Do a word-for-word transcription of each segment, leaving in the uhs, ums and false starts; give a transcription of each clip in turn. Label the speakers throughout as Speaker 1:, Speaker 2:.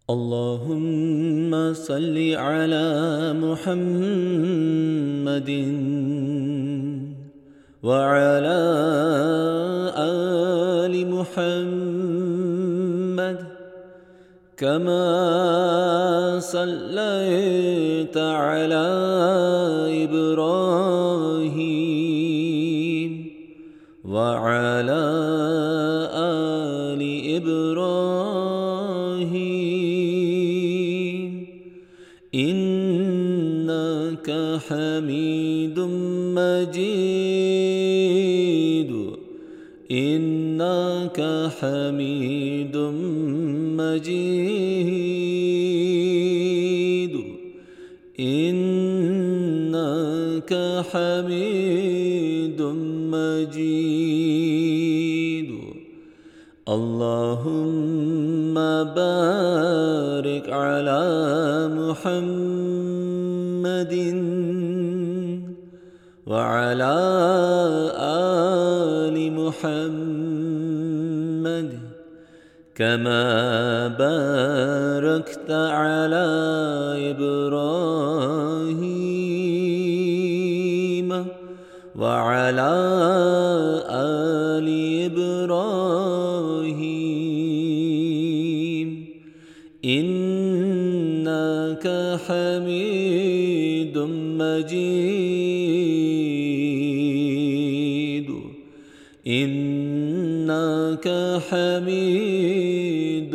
Speaker 1: اللهم صل على محمد وعلى آل محمد كما صليت على إبراهيم وعلى آل إبراهيم إنك حميد مجيد إنك حميد مجيد إنك حميد مجيد اللهم بارك على محمد وعلى آل محمد كما باركت على إبراهيم وعلى آل إبراهيم إنك حميد مجيد إنك حميد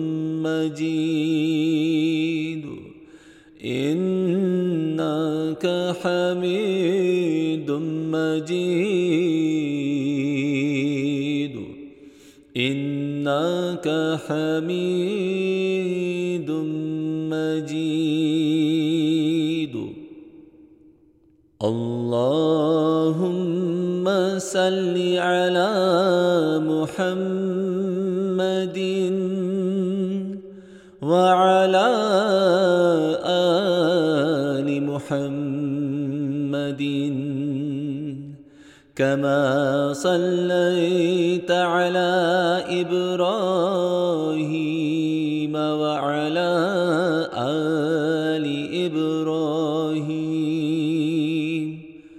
Speaker 1: مجيد إنك حميد مجيد إنك حميد مجيد اللهم صل على محمد وعلى آل محمد كما صليت على إبراهيم وعلى آل إبراهيم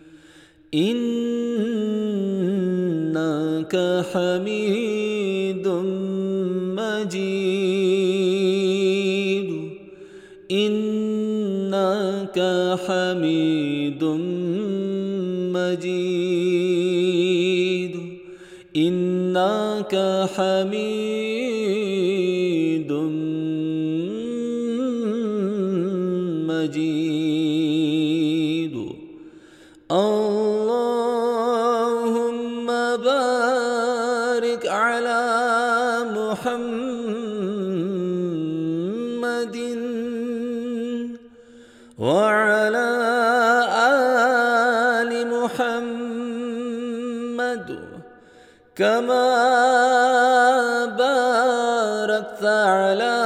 Speaker 1: إنك حميد مجيد إنك حميد مجيد إنك حميد مجيد اللهم بارك على محمد وعلى آل محمد كما باركت على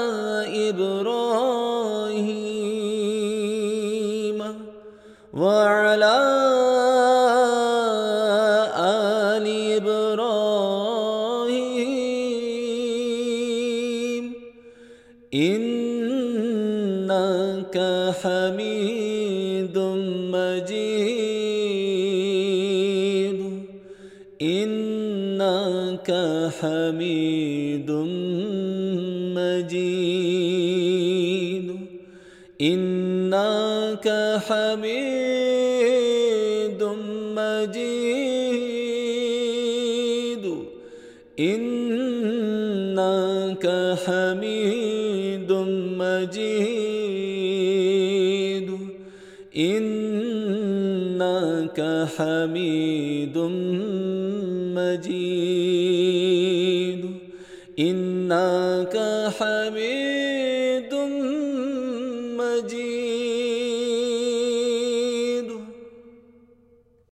Speaker 1: إبراهيم وعلى آل إبراهيم إنك حميد مجيد إنك حميد مجيد إنك حميد مجيد إنك حميد مجيد إنك حميد مجيد إنك حميد